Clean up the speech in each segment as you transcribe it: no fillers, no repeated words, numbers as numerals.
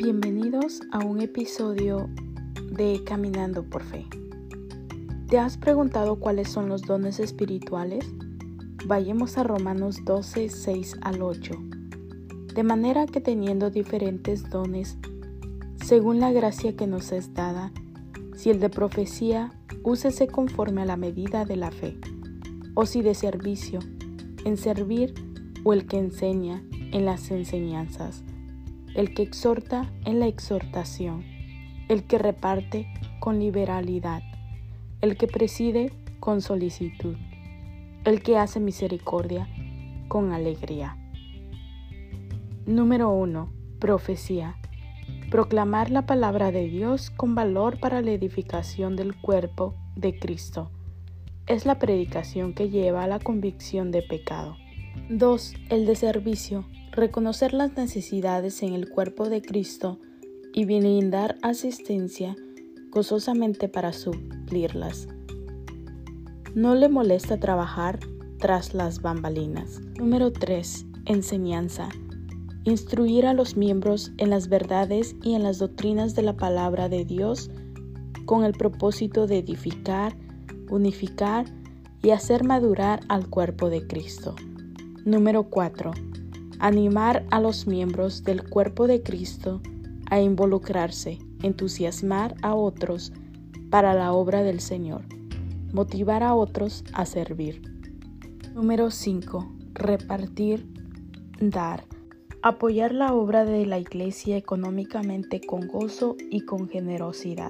Bienvenidos a un episodio de Caminando por Fe. ¿Te has preguntado cuáles son los dones espirituales? Vayamos a Romanos 12, 6 al 8. De manera que teniendo diferentes dones, según la gracia que nos es dada, si el de profecía, úsese conforme a la medida de la fe, o si de servicio, en servir, o el que enseña, en las enseñanzas, el que exhorta en la exhortación, el que reparte con liberalidad, el que preside con solicitud, el que hace misericordia con alegría. Número 1. Profecía. Proclamar la palabra de Dios con valor para la edificación del cuerpo de Cristo. Es la predicación que lleva a la convicción de pecado. 2. El de servicio. Reconocer las necesidades en el cuerpo de Cristo y brindar asistencia gozosamente para suplirlas. No le molesta trabajar tras las bambalinas. Número 3. Enseñanza. Instruir a los miembros en las verdades y en las doctrinas de la palabra de Dios con el propósito de edificar, unificar y hacer madurar al cuerpo de Cristo. Número 4. Animar a los miembros del cuerpo de Cristo a involucrarse, entusiasmar a otros para la obra del Señor, motivar a otros a servir. Número 5. Repartir, dar. Apoyar la obra de la Iglesia económicamente con gozo y con generosidad.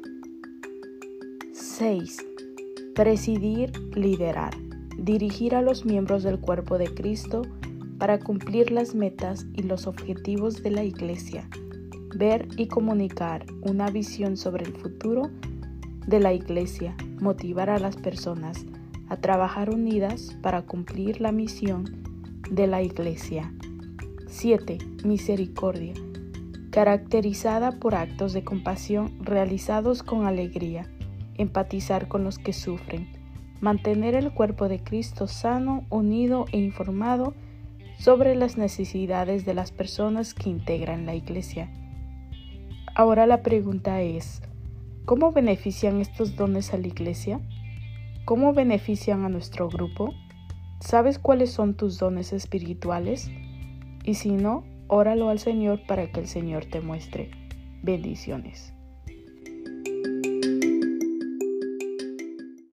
6. Presidir, liderar. Dirigir a los miembros del cuerpo de Cristo para cumplir las metas y los objetivos de la Iglesia. Ver y comunicar una visión sobre el futuro de la Iglesia. Motivar a las personas a trabajar unidas para cumplir la misión de la Iglesia. 7. Misericordia. Caracterizada por actos de compasión realizados con alegría. Empatizar con los que sufren. Mantener el cuerpo de Cristo sano, unido e informado sobre las necesidades de las personas que integran la Iglesia. Ahora la pregunta es, ¿cómo benefician estos dones a la Iglesia? ¿Cómo benefician a nuestro grupo? ¿Sabes cuáles son tus dones espirituales? Y si no, óralo al Señor para que el Señor te muestre. Bendiciones.